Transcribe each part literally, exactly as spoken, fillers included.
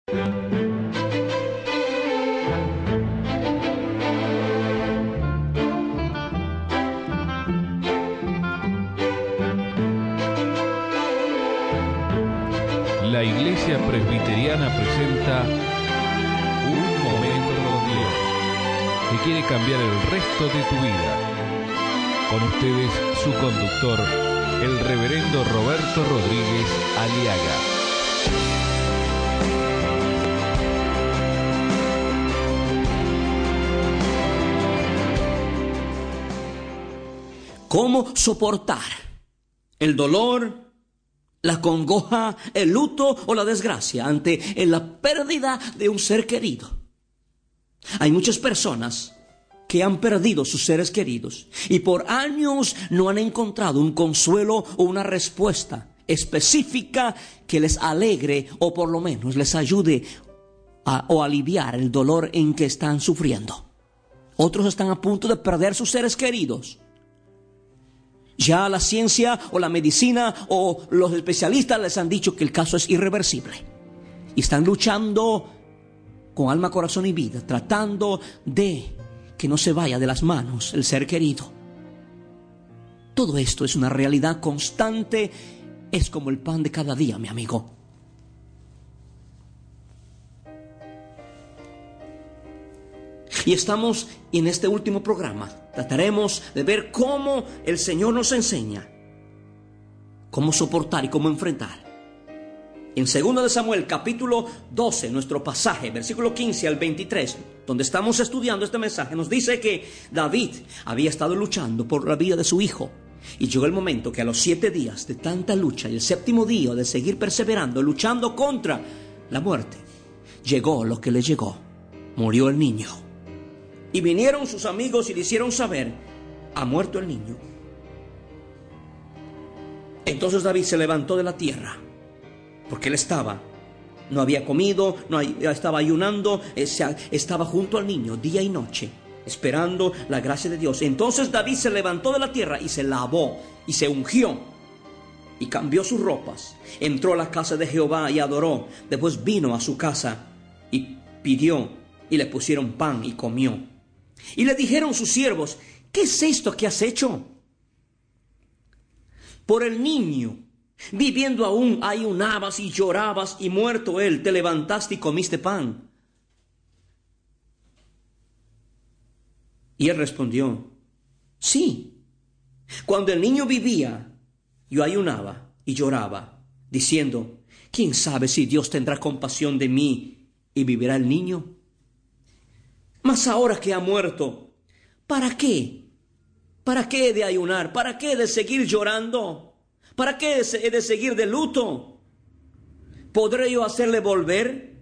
La Iglesia Presbiteriana presenta Un Momento con Dios, que quiere cambiar el resto de tu vida. Con ustedes, su conductor, el reverendo Roberto Rodríguez Aliaga. ¿Cómo soportar el dolor, la congoja, el luto o la desgracia ante la pérdida de un ser querido? Hay muchas personas que han perdido sus seres queridos y por años no han encontrado un consuelo o una respuesta específica que les alegre o por lo menos les ayude a, o aliviar el dolor en que están sufriendo. Otros están a punto de perder sus seres queridos. Ya la ciencia o la medicina o los especialistas les han dicho que el caso es irreversible. Y están luchando con alma, corazón y vida, tratando de que no se vaya de las manos el ser querido. Todo esto es una realidad constante, es como el pan de cada día, mi amigo. Y estamos en este último programa. Trataremos de ver cómo el Señor nos enseña cómo soportar y cómo enfrentar. En segundo de Samuel, capítulo doce, nuestro pasaje, versículo quince al veintitrés, donde estamos estudiando este mensaje, nos dice que David había estado luchando por la vida de su hijo. Y llegó el momento que a los siete días de tanta lucha y el séptimo día de seguir perseverando, luchando contra la muerte, llegó lo que le llegó. Murió el niño. Y vinieron sus amigos y le hicieron saber: ha muerto el niño. Entonces David se levantó de la tierra, porque él estaba, no había comido, no estaba ayunando, estaba junto al niño día y noche, esperando la gracia de Dios. Entonces David se levantó de la tierra y se lavó y se ungió y cambió sus ropas. Entró a la casa de Jehová y adoró. Después vino a su casa y pidió, y le pusieron pan y comió. Y le dijeron sus siervos: ¿qué es esto que has hecho? Por el niño, viviendo aún, ayunabas y llorabas, y muerto él, te levantaste y comiste pan. Y él respondió: sí, cuando el niño vivía, yo ayunaba y lloraba, diciendo: ¿quién sabe si Dios tendrá compasión de mí y vivirá el niño? Mas ahora que ha muerto, ¿para qué? ¿Para qué he de ayunar? ¿Para qué he de seguir llorando? ¿Para qué he de seguir de luto? ¿Podré yo hacerle volver?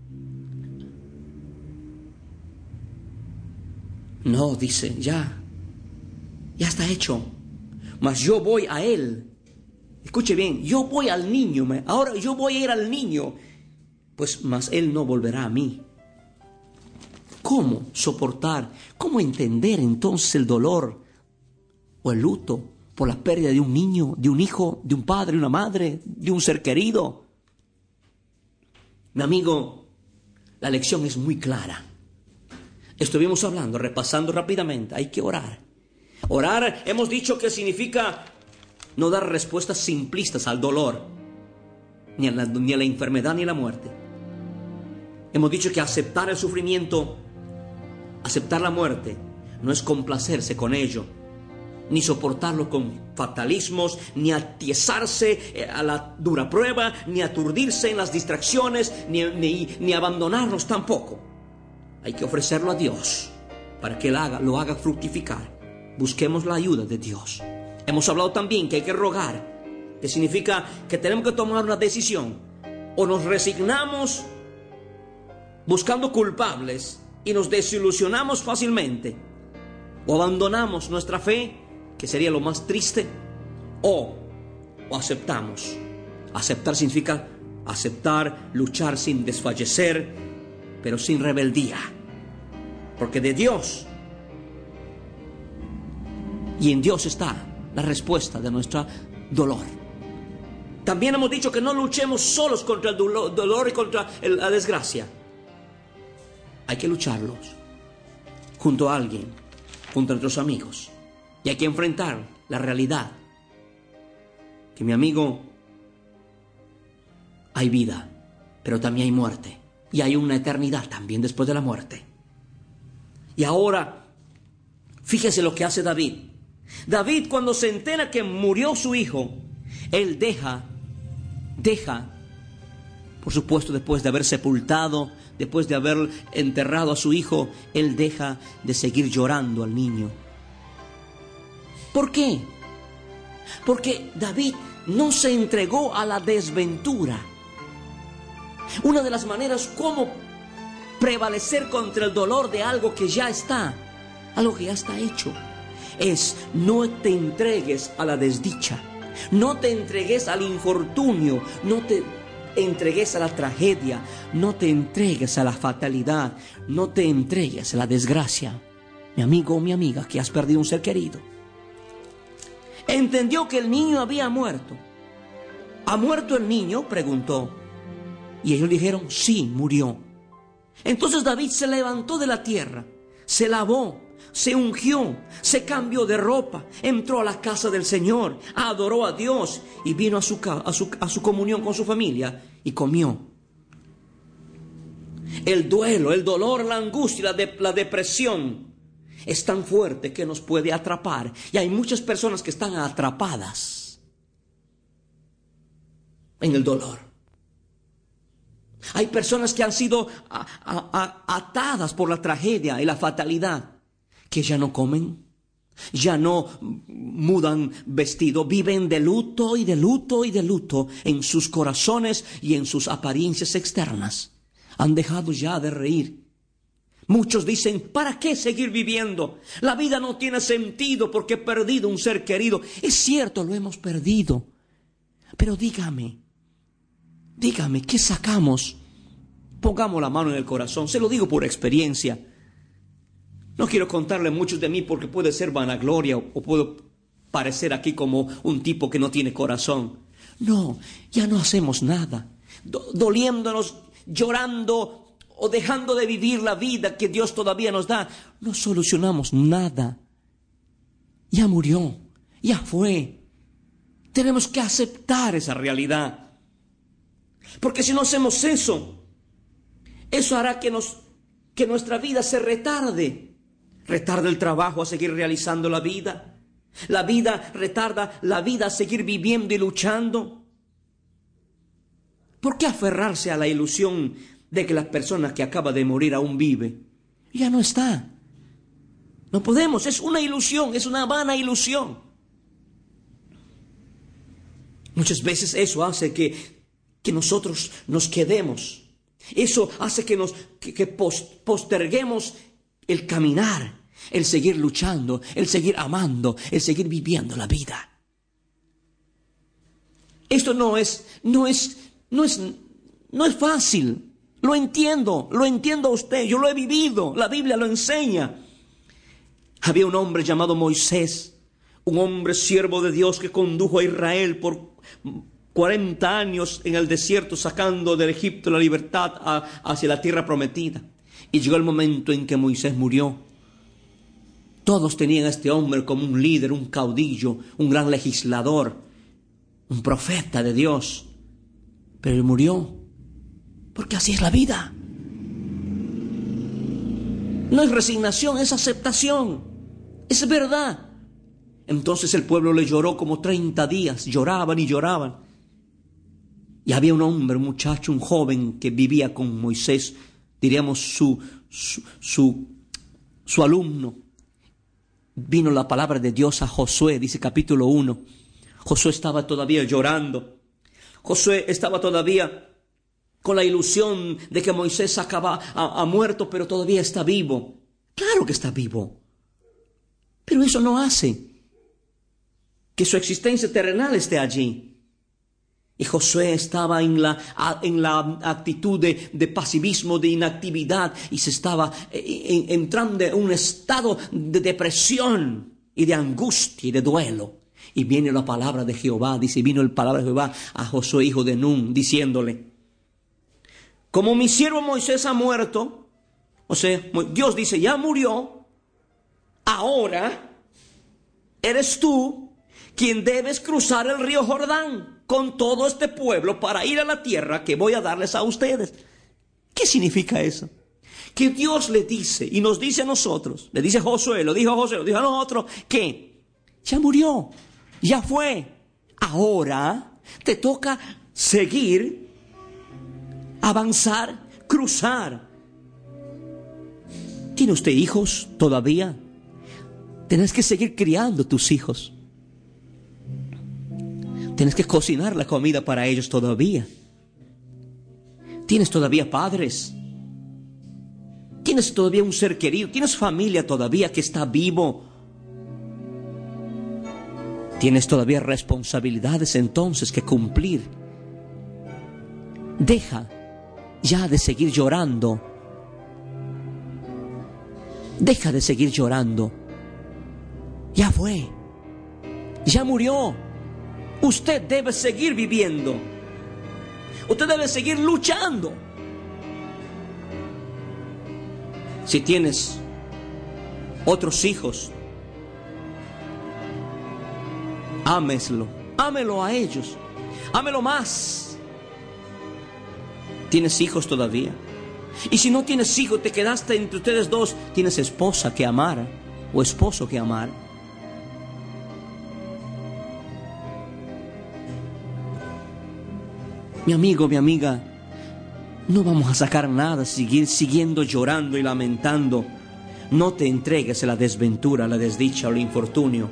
No, dice, ya, ya está hecho. Mas yo voy a él. Escuche bien, yo voy al niño. Ahora yo voy a ir al niño. Pues, mas él no volverá a mí. ¿Cómo soportar? ¿Cómo entender entonces el dolor o el luto por la pérdida de un niño, de un hijo, de un padre, una madre, de un ser querido? Mi amigo, la lección es muy clara. Estuvimos hablando, repasando rápidamente, hay que orar. Orar, hemos dicho que significa no dar respuestas simplistas al dolor, ni a la, ni a la enfermedad, ni a la muerte. Hemos dicho que aceptar el sufrimiento, aceptar la muerte, no es complacerse con ello, ni soportarlo con fatalismos, ni atiezarse a la dura prueba, ni aturdirse en las distracciones, ni, ni, ni abandonarnos tampoco. Hay que ofrecerlo a Dios para que Él haga, lo haga fructificar. Busquemos la ayuda de Dios. Hemos hablado también que hay que rogar, que significa que tenemos que tomar una decisión. O nos resignamos buscando culpables y nos desilusionamos fácilmente, o abandonamos nuestra fe, que sería lo más triste, o, o aceptamos. Aceptar significa aceptar, luchar sin desfallecer, pero sin rebeldía, porque de Dios y en Dios está la respuesta de nuestro dolor. También hemos dicho que no luchemos solos contra el dolor, dolor y contra el, la desgracia. Hay que lucharlos junto a alguien, junto a nuestros amigos. Y hay que enfrentar la realidad. Que mi amigo, hay vida, pero también hay muerte. Y hay una eternidad también después de la muerte. Y ahora, fíjese lo que hace David. David, cuando se entera que murió su hijo, él deja, deja, por supuesto después de haber sepultado, después de haber enterrado a su hijo, él deja de seguir llorando al niño. ¿Por qué? Porque David no se entregó a la desventura. Una de las maneras como prevalecer contra el dolor de algo que ya está, algo que ya está hecho, es no te entregues a la desdicha, no te entregues al infortunio, no te entregues a la tragedia, no te entregues a la fatalidad, no te entregues a la desgracia. Mi amigo o mi amiga que has perdido un ser querido, entendió que el niño había muerto. ¿Ha muerto el niño?, preguntó. Y ellos dijeron, sí, murió. Entonces David se levantó de la tierra, se lavó, se ungió, se cambió de ropa, entró a la casa del Señor, adoró a Dios y vino a su, a su, a su comunión con su familia y comió. El duelo, el dolor, la angustia, la, de, la depresión es tan fuerte que nos puede atrapar. Y hay muchas personas que están atrapadas en el dolor. Hay personas que han sido a, a, a, atadas por la tragedia y la fatalidad, que ya no comen, ya no mudan vestido, viven de luto y de luto y de luto en sus corazones y en sus apariencias externas. Han dejado ya de reír. Muchos dicen, ¿para qué seguir viviendo? La vida no tiene sentido porque he perdido un ser querido. Es cierto, lo hemos perdido. Pero dígame, dígame, ¿qué sacamos? Pongamos la mano en el corazón, se lo digo por experiencia. No quiero contarle mucho de mí porque puede ser vanagloria o, o puedo parecer aquí como un tipo que no tiene corazón. No, ya no hacemos nada. Do- doliéndonos, llorando o dejando de vivir la vida que Dios todavía nos da, no solucionamos nada. Ya murió, ya fue. Tenemos que aceptar esa realidad. Porque si no hacemos eso, eso hará que, nos, que nuestra vida se retarde. Retarda el trabajo a seguir realizando la vida. La vida retarda la vida a seguir viviendo y luchando. ¿Por qué aferrarse a la ilusión de que la persona que acaba de morir aún vive? Ya no está. No podemos, es una ilusión, es una vana ilusión. Muchas veces eso hace que, que nosotros nos quedemos. Eso hace que, nos, que, que posterguemos el caminar, el seguir luchando, el seguir amando, el seguir viviendo la vida. Esto no es, no es, no es, no es fácil. Lo entiendo, lo entiendo a usted, yo lo he vivido, la Biblia lo enseña. Había un hombre llamado Moisés, un hombre siervo de Dios que condujo a Israel por cuarenta años en el desierto, sacando del Egipto la libertad a, hacia la tierra prometida. Y llegó el momento en que Moisés murió. Todos tenían a este hombre como un líder, un caudillo, un gran legislador, un profeta de Dios. Pero él murió, porque así es la vida. No es resignación, es aceptación, es verdad. Entonces el pueblo le lloró como treinta días, lloraban y lloraban. Y había un hombre, un muchacho, un joven que vivía con Moisés, diríamos su, su, su, su alumno. Vino la palabra de Dios a Josué, dice capítulo uno. Josué estaba todavía llorando. Josué estaba todavía con la ilusión de que Moisés acaba, ha, ha muerto, pero todavía está vivo. Claro que está vivo. Pero eso no hace que su existencia terrenal esté allí. Y Josué estaba en la, en la actitud de, de pasivismo, de inactividad, y se estaba entrando en un estado de depresión y de angustia y de duelo. Y viene la palabra de Jehová, dice, vino la palabra de Jehová a Josué, hijo de Nun, diciéndole, como mi siervo Moisés ha muerto, o sea, Dios dice, ya murió, ahora eres tú quien debes cruzar el río Jordán con todo este pueblo para ir a la tierra que voy a darles a ustedes. ¿Qué significa eso? Que Dios le dice y nos dice a nosotros, le dice a Josué, lo dijo a Josué, lo dijo a nosotros, que ya murió, ya fue. Ahora te toca seguir, avanzar, cruzar. ¿Tiene usted hijos todavía? Tienes que seguir criando tus hijos. Tienes que cocinar la comida para ellos todavía. ¿Tienes todavía padres? ¿Tienes todavía un ser querido? ¿Tienes familia todavía que está vivo? ¿Tienes todavía responsabilidades entonces que cumplir? Deja ya de seguir llorando. Deja de seguir llorando. Ya fue. Ya murió. Usted debe seguir viviendo. Usted debe seguir luchando. Si tienes otros hijos, ámeslo, ámelo a ellos, ámelo más. ¿Tienes hijos todavía? Y si no tienes hijos, te quedaste entre ustedes dos, tienes esposa que amar o esposo que amar. Mi amigo, mi amiga, no vamos a sacar nada, seguir siguiendo llorando y lamentando. No te entregues a la desventura, a la desdicha o al infortunio.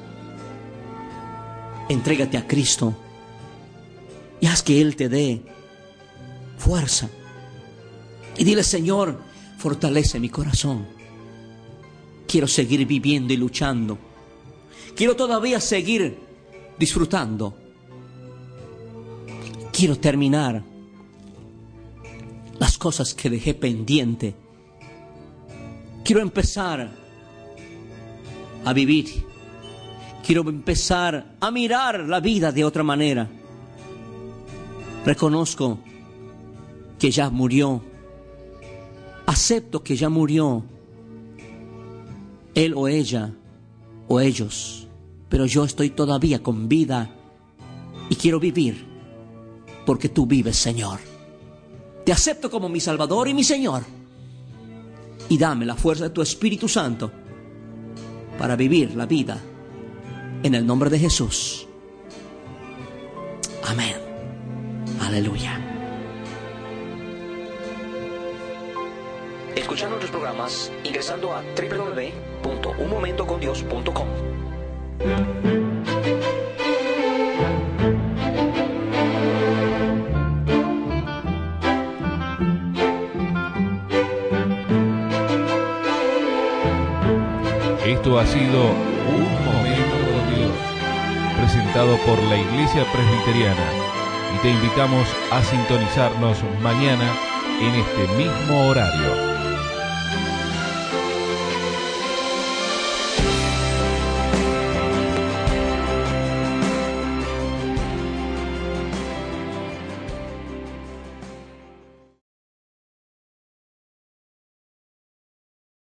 Entrégate a Cristo y haz que Él te dé fuerza. Y dile, Señor, fortalece mi corazón. Quiero seguir viviendo y luchando. Quiero todavía seguir disfrutando. Quiero terminar las cosas que dejé pendiente. Quiero empezar a vivir. Quiero empezar a mirar la vida de otra manera. Reconozco que ya murió. Acepto que ya murió. Él o ella o ellos. Pero yo estoy todavía con vida y quiero vivir porque tú vives, Señor. Te acepto como mi Salvador y mi Señor. Y dame la fuerza de tu Espíritu Santo para vivir la vida en el nombre de Jesús. Amén. Aleluya. Escuchar nuestros programas ingresando a doble u doble u doble u punto un momento con dios punto com. Esto ha sido Un Momento con Dios, presentado por la Iglesia Presbiteriana, y te invitamos a sintonizarnos mañana en este mismo horario.